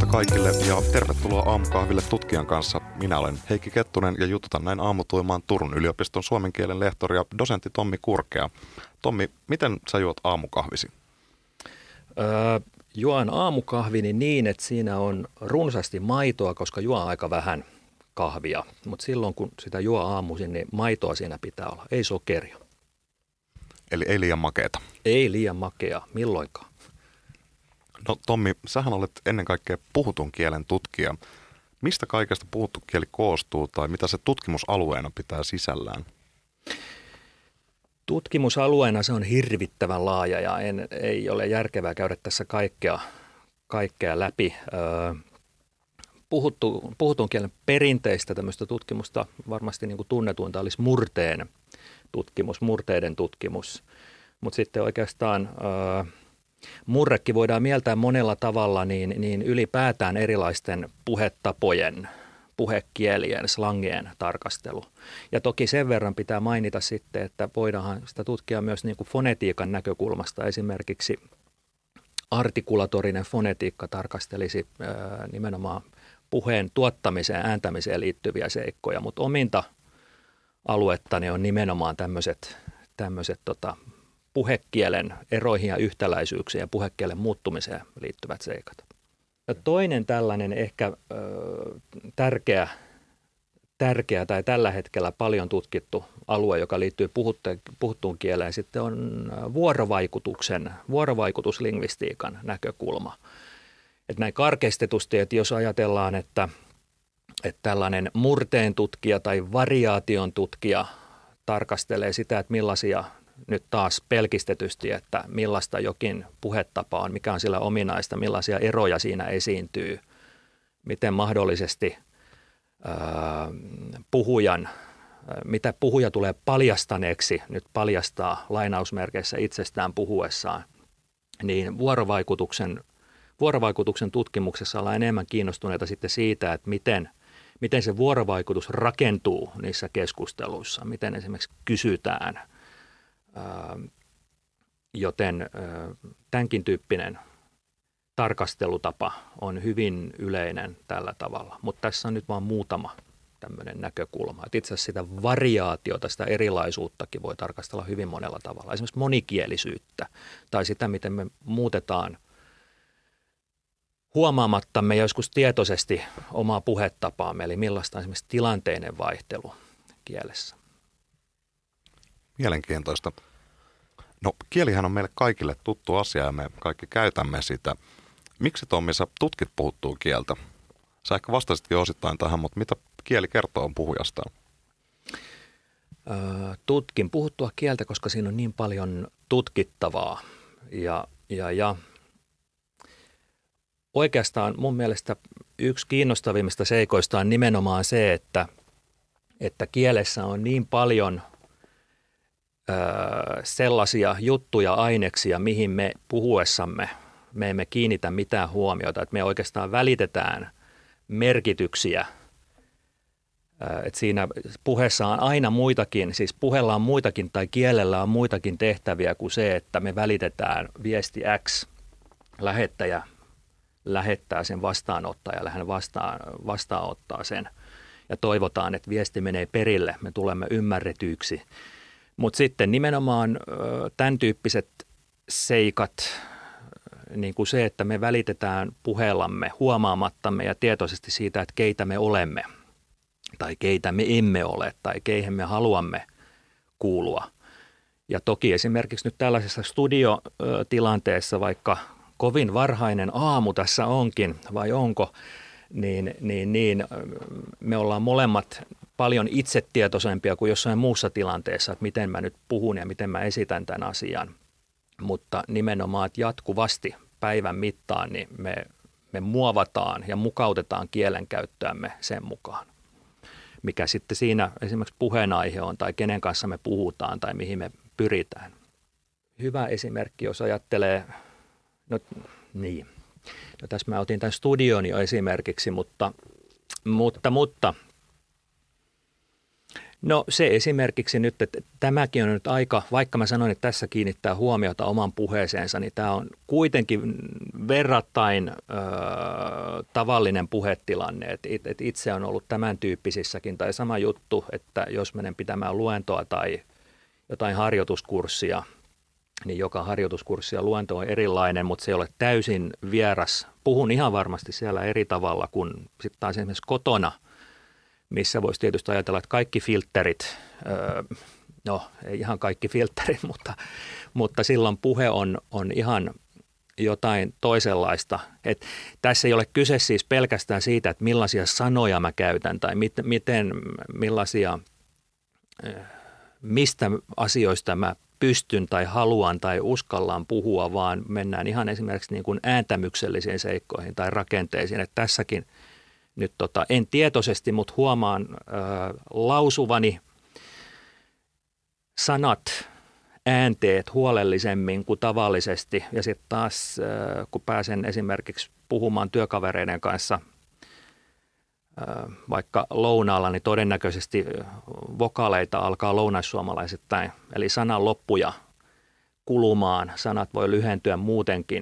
kaikille ja tervetuloa Aamukahville tutkijan kanssa. Minä olen Heikki Kettunen ja jututan näin aamutuimaan Turun yliopiston suomen kielen lehtori ja dosentti Tommi Kurkea. Tommi, miten sä juot aamukahvisi? Juon aamukahvini niin, että siinä on runsaasti maitoa, koska juon aika vähän kahvia. Mutta silloin kun sitä juo aamuisin, niin maitoa siinä pitää olla, ei sokeria. Eli ei liian makeeta. Ei liian makea, milloinkaan. No Tommi, sähän olet ennen kaikkea puhutun kielen tutkija. Mistä kaikesta puhuttu kieli koostuu tai mitä se tutkimusalueena pitää sisällään? Tutkimusalueena se on hirvittävän laaja ja ei ole järkevää käydä tässä kaikkea läpi. Puhutun kielen perinteistä tämmöistä tutkimusta varmasti niin kuin tunnetuinta olisi murteiden tutkimus. Mutta sitten oikeastaan murrekin voidaan mieltää monella tavalla niin ylipäätään erilaisten puhetapojen, puhekielien, slangien tarkastelu. Ja toki sen verran pitää mainita sitten, että voidaan sitä tutkia myös niin kuin fonetiikan näkökulmasta. Esimerkiksi artikulatorinen fonetiikka tarkastelisi nimenomaan puheen tuottamiseen, ääntämiseen liittyviä seikkoja, mutta ominta aluettani on nimenomaan tämmöiset puhekielen eroihin ja yhtäläisyyksiin ja puhekielen muuttumiseen liittyvät seikat. Ja toinen tällainen ehkä tärkeä tai tällä hetkellä paljon tutkittu alue, joka liittyy puhuttuun kieleen, sitten on vuorovaikutuslingvistiikan näkökulma. Että näin karkeistetusti, että jos ajatellaan, että tällainen murteen tutkija tai variaation tutkija tarkastelee sitä, että millaisia nyt taas pelkistetysti, että millaista jokin puhetapa on, mikä on sillä ominaista, millaisia eroja siinä esiintyy, miten mahdollisesti mitä puhuja tulee paljastaneeksi, nyt paljastaa lainausmerkeissä itsestään puhuessaan, niin vuorovaikutuksen tutkimuksessa ollaan enemmän kiinnostuneita sitten siitä, että miten se vuorovaikutus rakentuu niissä keskusteluissa, miten esimerkiksi kysytään, joten tämänkin tyyppinen tarkastelutapa on hyvin yleinen tällä tavalla, mutta tässä on nyt vain muutama tämmöinen näkökulma. Että itse asiassa sitä variaatiota, sitä erilaisuuttakin voi tarkastella hyvin monella tavalla. Esimerkiksi monikielisyyttä tai sitä, miten me muutetaan huomaamattamme ja joskus tietoisesti omaa puhetapaamme, eli millaista on esimerkiksi tilanteinen vaihtelu kielessä. Mielenkiintoista. No kielihän on meille kaikille tuttu asia ja me kaikki käytämme sitä. Miksi Tommi sä tutkit puhuttua kieltä? Sä ehkä vastasitkin osittain tähän, mutta mitä kieli kertoo puhujastaan? Tutkin puhuttua kieltä, koska siinä on niin paljon tutkittavaa ja oikeastaan mun mielestä yksi kiinnostavimmista seikoista on nimenomaan se, että kielessä on niin paljon sellaisia juttuja, aineksia, mihin me puhuessamme me emme kiinnitä mitään huomiota, että me oikeastaan välitetään merkityksiä, että siinä puheessa on aina muitakin, siis puheella on muitakin tai kielellä on muitakin tehtäviä kuin se, että me välitetään viesti X, lähettäjä lähettää sen vastaanottajalle, hän vastaanottaa sen ja toivotaan, että viesti menee perille, me tulemme ymmärretyiksi. Mutta sitten nimenomaan tämän tyyppiset seikat, niin kuin se, että me välitetään puheellamme huomaamattamme ja tietoisesti siitä, että keitä me olemme tai keitä me emme ole tai keihin me haluamme kuulua. Ja toki esimerkiksi nyt tällaisessa studiotilanteessa, vaikka kovin varhainen aamu tässä onkin, vai onko, niin me ollaan molemmat paljon itsetietoisempia kuin jossain muussa tilanteessa, että miten mä nyt puhun ja miten mä esitän tämän asian. Mutta nimenomaan, että jatkuvasti päivän mittaan niin me muovataan ja mukautetaan kielenkäyttöämme sen mukaan, mikä sitten siinä esimerkiksi puheenaihe on tai kenen kanssa me puhutaan tai mihin me pyritään. Hyvä esimerkki, jos ajattelee, no tässä mä otin tämän studion jo esimerkiksi, mutta No se esimerkiksi nyt, että tämäkin on nyt aika, vaikka mä sanoin, että tässä kiinnittää huomiota oman puheeseensa, niin tämä on kuitenkin verrattain tavallinen puhetilanne. Et itse on ollut tämän tyyppisissäkin, tai sama juttu, että jos menen pitämään luentoa tai jotain harjoituskurssia, niin joka harjoituskurssi ja luento on erilainen, mutta se ei ole täysin vieras. Puhun ihan varmasti siellä eri tavalla kuin sitten taas esimerkiksi kotona, missä voisi tietysti ajatella, että kaikki filterit, no ei ihan kaikki filterit, mutta silloin puhe on ihan jotain toisenlaista. Et tässä ei ole kyse siis pelkästään siitä, että millaisia sanoja mä käytän tai mistä asioista mä pystyn tai haluan tai uskallaan puhua, vaan mennään ihan esimerkiksi niin kuin ääntämyksellisiin seikkoihin tai rakenteisiin. Että tässäkin nyt en tietoisesti, mutta huomaan lausuvani sanat, äänteet huolellisemmin kuin tavallisesti. Ja sitten taas, kun pääsen esimerkiksi puhumaan työkavereiden kanssa vaikka lounaalla, niin todennäköisesti vokaaleita alkaa lounaissuomalaisittain, eli sanan loppuja kulumaan. Sanat voi lyhentyä muutenkin.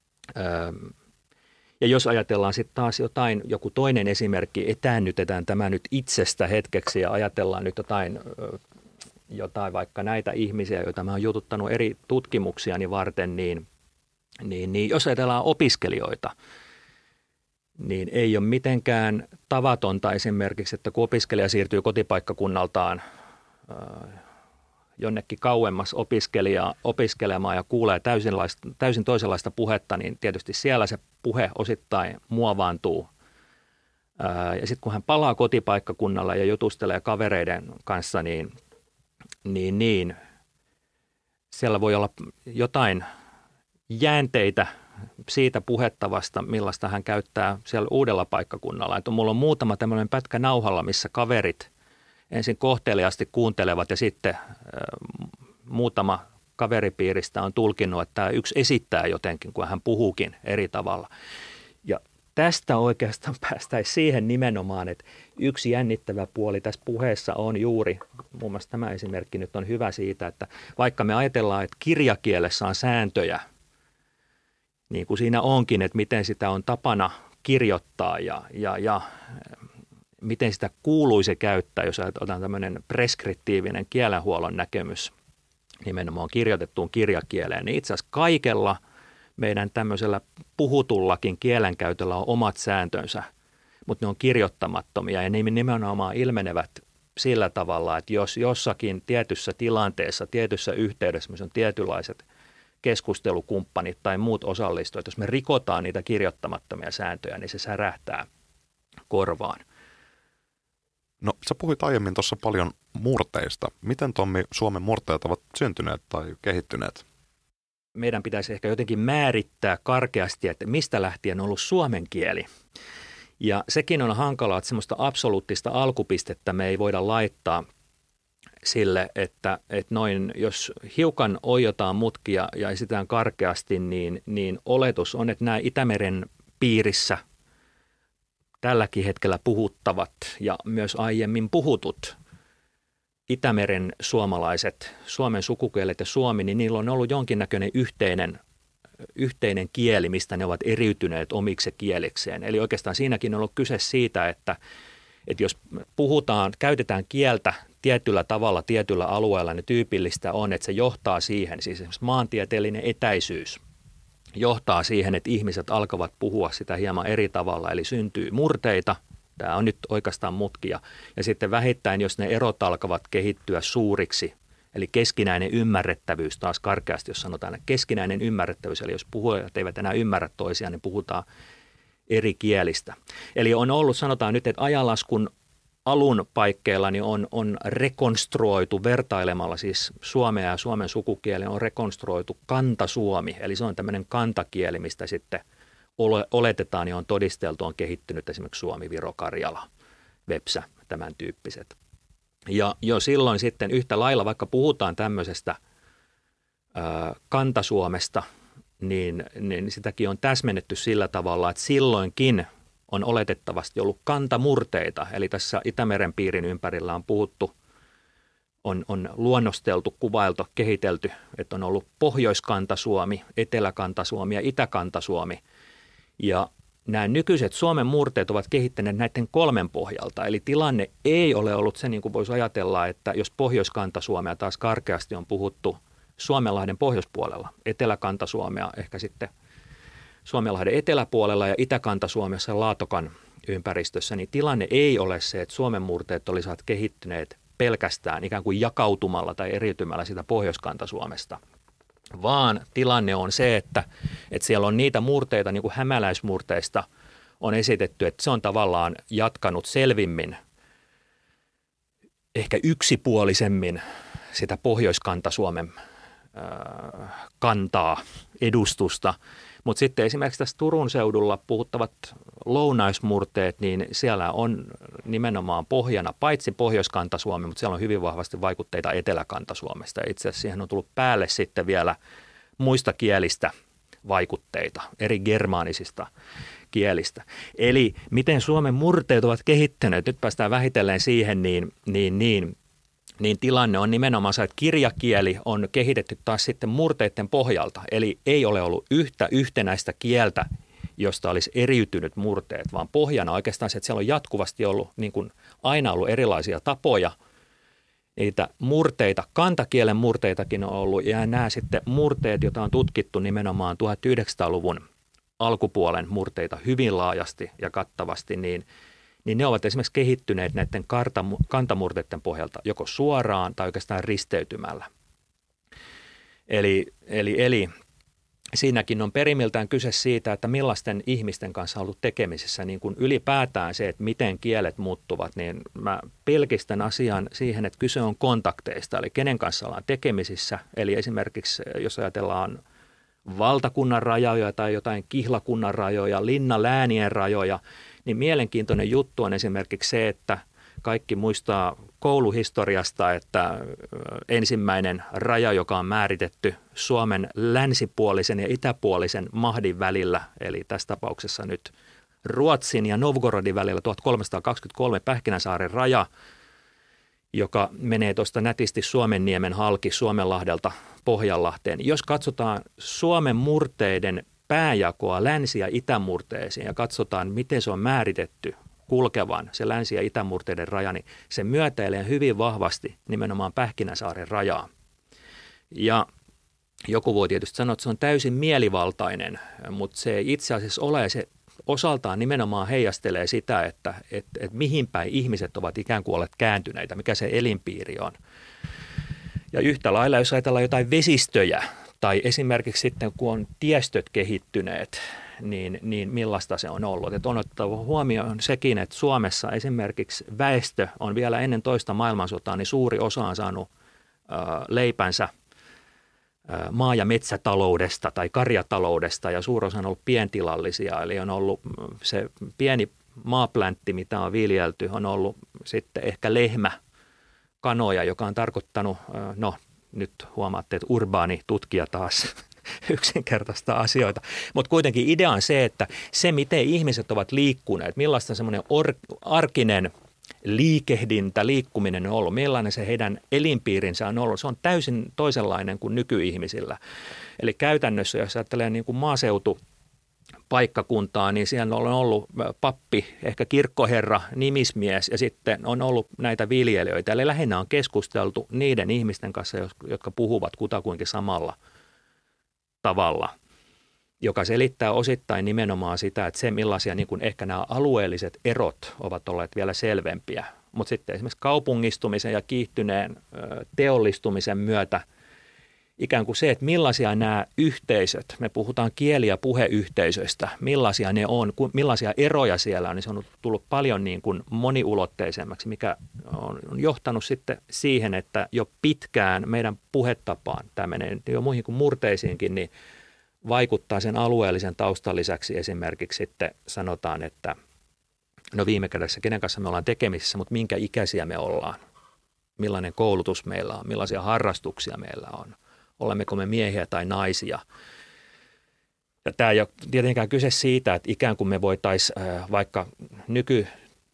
Ja jos ajatellaan sitten taas joku toinen esimerkki, etäännytetään tämä nyt itsestä hetkeksi ja ajatellaan nyt jotain vaikka näitä ihmisiä, joita mä oon jututtanut eri tutkimuksiani varten, niin jos ajatellaan opiskelijoita, niin ei ole mitenkään tavatonta esimerkiksi, että kun opiskelija siirtyy kotipaikkakunnaltaan jonnekin kauemmas opiskelemaan ja kuulee täysin toisenlaista puhetta, niin tietysti siellä se puhe osittain muovaantuu. Ja sitten kun hän palaa kotipaikkakunnalle ja jutustelee kavereiden kanssa, niin siellä voi olla jotain jäänteitä siitä puhettavasta, millaista hän käyttää siellä uudella paikkakunnalla. Että mulla on muutama tämmöinen pätkä nauhalla, missä kaverit ensin kohteliaasti kuuntelevat ja sitten muutama kaveripiiristä on tulkinnut, että tämä yksi esittää jotenkin, kun hän puhuukin eri tavalla. Ja tästä oikeastaan päästäisiin siihen nimenomaan, että yksi jännittävä puoli tässä puheessa on juuri, muun muassa tämä esimerkki nyt on hyvä siitä, että vaikka me ajatellaan, että kirjakielessä on sääntöjä, niin kuin siinä onkin, että miten sitä on tapana kirjoittaa ja miten sitä kuuluisi käyttää, jos otetaan tämmöinen preskriptiivinen kielenhuollon näkemys nimenomaan kirjoitettuun kirjakieleen, niin itse asiassa kaikella meidän tämmöisellä puhutullakin kielenkäytöllä on omat sääntönsä, mutta ne on kirjoittamattomia ja ne nimenomaan ilmenevät sillä tavalla, että jos jossakin tietyssä tilanteessa, tietyssä yhteydessä, missä on tietynlaiset keskustelukumppanit tai muut osallistujat, jos me rikotaan niitä kirjoittamattomia sääntöjä, niin se särähtää korvaan. No sä puhuit aiemmin tuossa paljon murteista. Miten, Tommi, Suomen murteet ovat syntyneet tai kehittyneet? Meidän pitäisi ehkä jotenkin määrittää karkeasti, että mistä lähtien on ollut suomen kieli. Ja sekin on hankalaa, että semmoista absoluuttista alkupistettä me ei voida laittaa sille, että noin, jos hiukan oiotaan mutkia ja esitään karkeasti, niin oletus on, että nämä Itämeren piirissä tälläkin hetkellä puhuttavat ja myös aiemmin puhutut Itämeren suomalaiset, suomen sukukielet ja suomi, niin niillä on ollut jonkinnäköinen yhteinen kieli, mistä ne ovat eriytyneet omiksi kielikseen. Eli oikeastaan siinäkin on ollut kyse siitä, että jos käytetään kieltä tietyllä tavalla tietyllä alueella, niin tyypillistä on, että se johtaa siihen, siis esimerkiksi maantieteellinen etäisyys johtaa siihen, että ihmiset alkavat puhua sitä hieman eri tavalla, eli syntyy murteita, tämä on nyt oikeastaan mutkia, ja sitten vähittäin, jos ne erot alkavat kehittyä suuriksi, eli keskinäinen ymmärrettävyys taas karkeasti, jos sanotaan, että keskinäinen ymmärrettävyys, eli jos puhujat eivät enää ymmärrä toisiaan, niin puhutaan eri kielistä. Eli on ollut, sanotaan nyt, että ajanlaskun alun paikkeilla niin on rekonstruoitu vertailemalla siis suomea ja suomen sukukieli on rekonstruoitu kantasuomi, eli se on tämmöinen kantakieli, mistä sitten oletetaan ja on todisteltu, on kehittynyt esimerkiksi Suomi, Viro, Karjala, Vepsä, tämän tyyppiset. Ja jo silloin sitten yhtä lailla, vaikka puhutaan tämmöisestä kantasuomesta, niin sitäkin on täsmennetty sillä tavalla, että silloinkin on oletettavasti ollut kantamurteita. Eli tässä Itämeren piirin ympärillä on puhuttu on luonnosteltu, kuvailtu, kehitelty, että on ollut Pohjoiskanta-Suomi, Eteläkanta-Suomi ja Itäkanta-Suomi. Ja nämä nykyiset Suomen murteet ovat kehittäneet näiden kolmen pohjalta. Eli tilanne ei ole ollut se, niin kuin voisi ajatella, että jos Pohjoiskanta-Suomea taas karkeasti on puhuttu Suomenlahden pohjoispuolella, Eteläkanta-Suomea ehkä sitten Suomenlahden eteläpuolella ja Itäkanta-Suomessa Laatokan ympäristössä, niin tilanne ei ole se, että Suomen murteet olisivat kehittyneet pelkästään ikään kuin jakautumalla tai eriytymällä sitä Pohjoiskanta-Suomesta, vaan tilanne on se, että siellä on niitä murteita, niin kuin hämäläismurteista on esitetty, että se on tavallaan jatkanut selvimmin, ehkä yksipuolisemmin sitä Pohjoiskanta-Suomen kantaa, edustusta. Mutta sitten esimerkiksi tässä Turun seudulla puhuttavat lounaismurteet, niin siellä on nimenomaan pohjana paitsi Pohjoiskanta-Suomi, mutta siellä on hyvin vahvasti vaikutteita Eteläkanta-Suomesta. Itse asiassa siihen on tullut päälle sitten vielä muista kielistä vaikutteita, eri germaanisista kielistä. Eli miten Suomen murteet ovat kehittyneet, nyt päästään vähitellen siihen, niin tilanne on nimenomaan se, että kirjakieli on kehitetty taas sitten murteiden pohjalta. Eli ei ole ollut yhtä yhtenäistä kieltä, josta olisi eriytynyt murteet, vaan pohjana oikeastaan se, että siellä on jatkuvasti ollut, niin kuin aina ollut erilaisia tapoja. Niitä murteita, kantakielen murteitakin on ollut, ja nämä sitten murteet, joita on tutkittu nimenomaan 1900-luvun alkupuolen murteita hyvin laajasti ja kattavasti, niin ne ovat esimerkiksi kehittyneet näiden kantamurteiden pohjalta joko suoraan tai oikeastaan risteytymällä. Eli siinäkin on perimmiltään kyse siitä, että millaisten ihmisten kanssa on ollut tekemisissä, niin kuin ylipäätään se, että miten kielet muuttuvat, niin mä pelkistän asian siihen, että kyse on kontakteista, eli kenen kanssa ollaan tekemisissä. Eli esimerkiksi jos ajatellaan valtakunnan rajoja tai jotain kihlakunnan rajoja, linnaläänien rajoja, niin mielenkiintoinen juttu on esimerkiksi se, että kaikki muistaa kouluhistoriasta, että ensimmäinen raja, joka on määritetty Suomen länsipuolisen ja itäpuolisen mahdin välillä, eli tässä tapauksessa nyt Ruotsin ja Novgorodin välillä 1323 Pähkinänsaaren raja, joka menee tuosta nätisti Suomenniemen halki Suomenlahdelta Pohjanlahteen. Jos katsotaan Suomen murteiden pääjakoa länsi- ja itämurteisiin ja katsotaan, miten se on määritetty kulkevan, se länsi- ja itämurteiden raja, niin se myötäilee hyvin vahvasti nimenomaan Pähkinänsaaren rajaa. Ja joku voi tietysti sanoa, että se on täysin mielivaltainen, mutta se ei itse asiassa ole, se osaltaan nimenomaan heijastelee sitä, että mihin päin ihmiset ovat ikään kuin olleet kääntyneitä, mikä se elinpiiri on. Ja yhtä lailla, jos ajatellaan jotain vesistöjä, tai esimerkiksi sitten, kun on tiestöt kehittyneet, niin millaista se on ollut. Että on otettava huomioon sekin, että Suomessa esimerkiksi väestö on vielä ennen toista maailmansotaa, niin suuri osa on saanut leipänsä maa- ja metsätaloudesta tai karjataloudesta, ja suuri osa on ollut pientilallisia. Eli on ollut se pieni maapläntti, mitä on viljelty, on ollut sitten ehkä lehmä, kanoja, joka on tarkoittanut, nyt huomaatte, että urbaani tutkija taas yksinkertaista asioita. Mutta kuitenkin idea on se, että se miten ihmiset ovat liikkuneet, millaista semmoinen arkinen liikehdintä, liikkuminen on ollut, millainen se heidän elinpiirinsä on ollut, se on täysin toisenlainen kuin nykyihmisillä. Eli käytännössä, jos ajattelee niin kuin maaseutupaikkakuntaa, niin siellä on ollut pappi, ehkä kirkkoherra, nimismies ja sitten on ollut näitä viljelijöitä. Eli lähinnä on keskusteltu niiden ihmisten kanssa, jotka puhuvat kutakuinkin samalla tavalla, joka selittää osittain nimenomaan sitä, että se millaisia niin kuin ehkä nämä alueelliset erot ovat olleet vielä selvempiä. Mutta sitten esimerkiksi kaupungistumisen ja kiihtyneen teollistumisen myötä ikään kuin se, että millaisia nämä yhteisöt, me puhutaan kieli- ja puheyhteisöistä, millaisia ne on, millaisia eroja siellä on, niin se on tullut paljon niin kuin moniulotteisemmaksi, mikä on johtanut sitten siihen, että jo pitkään meidän puhetapaan, tämä menee jo muihin kuin murteisiinkin, niin vaikuttaa sen alueellisen taustan lisäksi esimerkiksi sitten sanotaan, että no viime kädessä kenen kanssa me ollaan tekemisissä, mutta minkä ikäisiä me ollaan, millainen koulutus meillä on, millaisia harrastuksia meillä on. Olemmeko me miehiä tai naisia. Ja tämä ei ole tietenkään kyse siitä, että ikään kuin me voitaisiin vaikka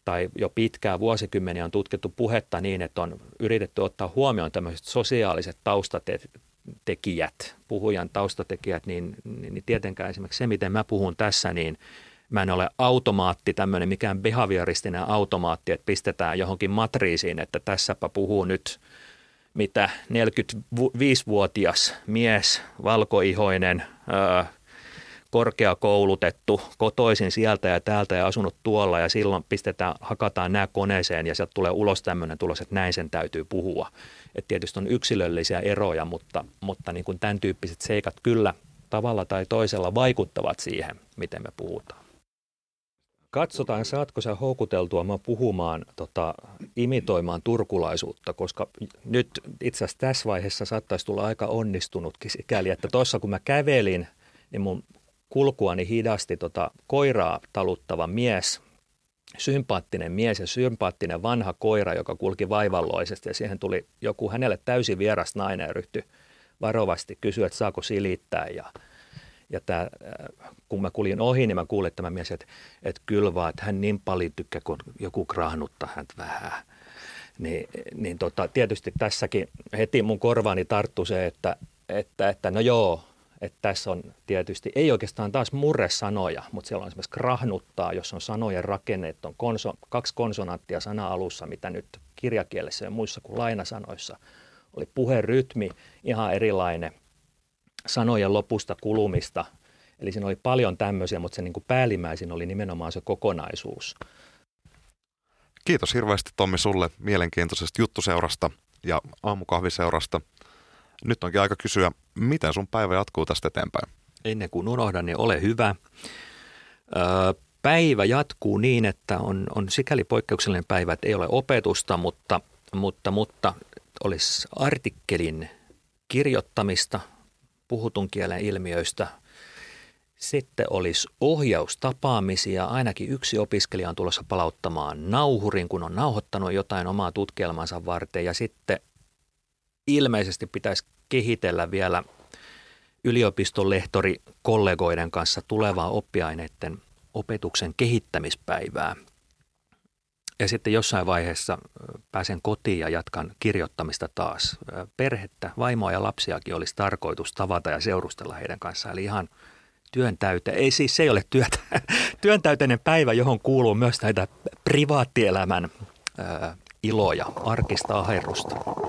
tai jo pitkään vuosikymmeniä on tutkittu puhetta niin, että on yritetty ottaa huomioon tämmöiset sosiaaliset taustatekijät, puhujan taustatekijät, niin tietenkään esimerkiksi se, miten mä puhun tässä, niin mä en ole automaatti, tämmöinen mikään behavioristinen automaatti, että pistetään johonkin matriisiin, että tässäpä puhuu nyt mitä 45-vuotias mies, valkoihoinen, korkeakoulutettu, kotoisin sieltä ja täältä ja asunut tuolla ja silloin hakataan nämä koneeseen ja sieltä tulee ulos tämmöinen tulos, että näin sen täytyy puhua. Et tietysti on yksilöllisiä eroja, mutta niin kuin tämän tyyppiset seikat kyllä tavalla tai toisella vaikuttavat siihen, miten me puhutaan. Katsotaan, saatko sä houkuteltua mä puhumaan, imitoimaan turkulaisuutta, koska nyt itse asiassa tässä vaiheessa saattaisi tulla aika onnistunutkin sikäli, että tuossa kun mä kävelin, niin mun kulkuani hidasti koiraa taluttava mies, sympaattinen mies ja sympaattinen vanha koira, joka kulki vaivalloisesti ja siihen tuli joku hänelle täysin vieras nainen ja ryhtyi varovasti kysyä, että saako silittää ja kun mä kuljin ohi, niin mä kuulin tämä mies, että kyllä vaan, että hän niin paljon tykkää, kun joku krahnuttaa häntä vähän. Tietysti tässäkin heti mun korvaani tarttui se, että no joo, että tässä on tietysti, ei oikeastaan taas murresanoja, mutta siellä on esimerkiksi krahnuttaa, jos on sanojen rakenne, että on 2 konsonanttia sana-alussa, mitä nyt kirjakielessä ja muissa kuin lainasanoissa oli puherytmi ihan erilainen, sanojen lopusta kulumista. Eli siinä oli paljon tämmöisiä, mutta se niin kuin päällimmäisin oli nimenomaan se kokonaisuus. Kiitos hirveästi Tommi sulle mielenkiintoisesta juttuseurasta ja aamukahviseurasta. Nyt onkin aika kysyä, miten sun päivä jatkuu tästä eteenpäin? Ennen kuin unohdan, niin ole hyvä. Päivä jatkuu niin, että on sikäli poikkeuksellinen päivä, että ei ole opetusta, mutta olisi artikkelin kirjoittamista puhutun kielen ilmiöistä. Sitten olisi ohjaustapaamisia. Ainakin yksi opiskelija on tulossa palauttamaan nauhurin, kun on nauhoittanut jotain omaa tutkielmansa varten. Ja sitten ilmeisesti pitäisi kehitellä vielä yliopiston lehtori kollegoiden kanssa tulevaa oppiaineiden opetuksen kehittämispäivää. Ja sitten jossain vaiheessa pääsen kotiin ja jatkan kirjoittamista taas. Perhettä, vaimoa ja lapsiakin olisi tarkoitus tavata ja seurustella heidän kanssaan. Eli ihan se ei ole työntäyteinen päivä, johon kuuluu myös näitä privaattielämän iloja, arkista aherrusta.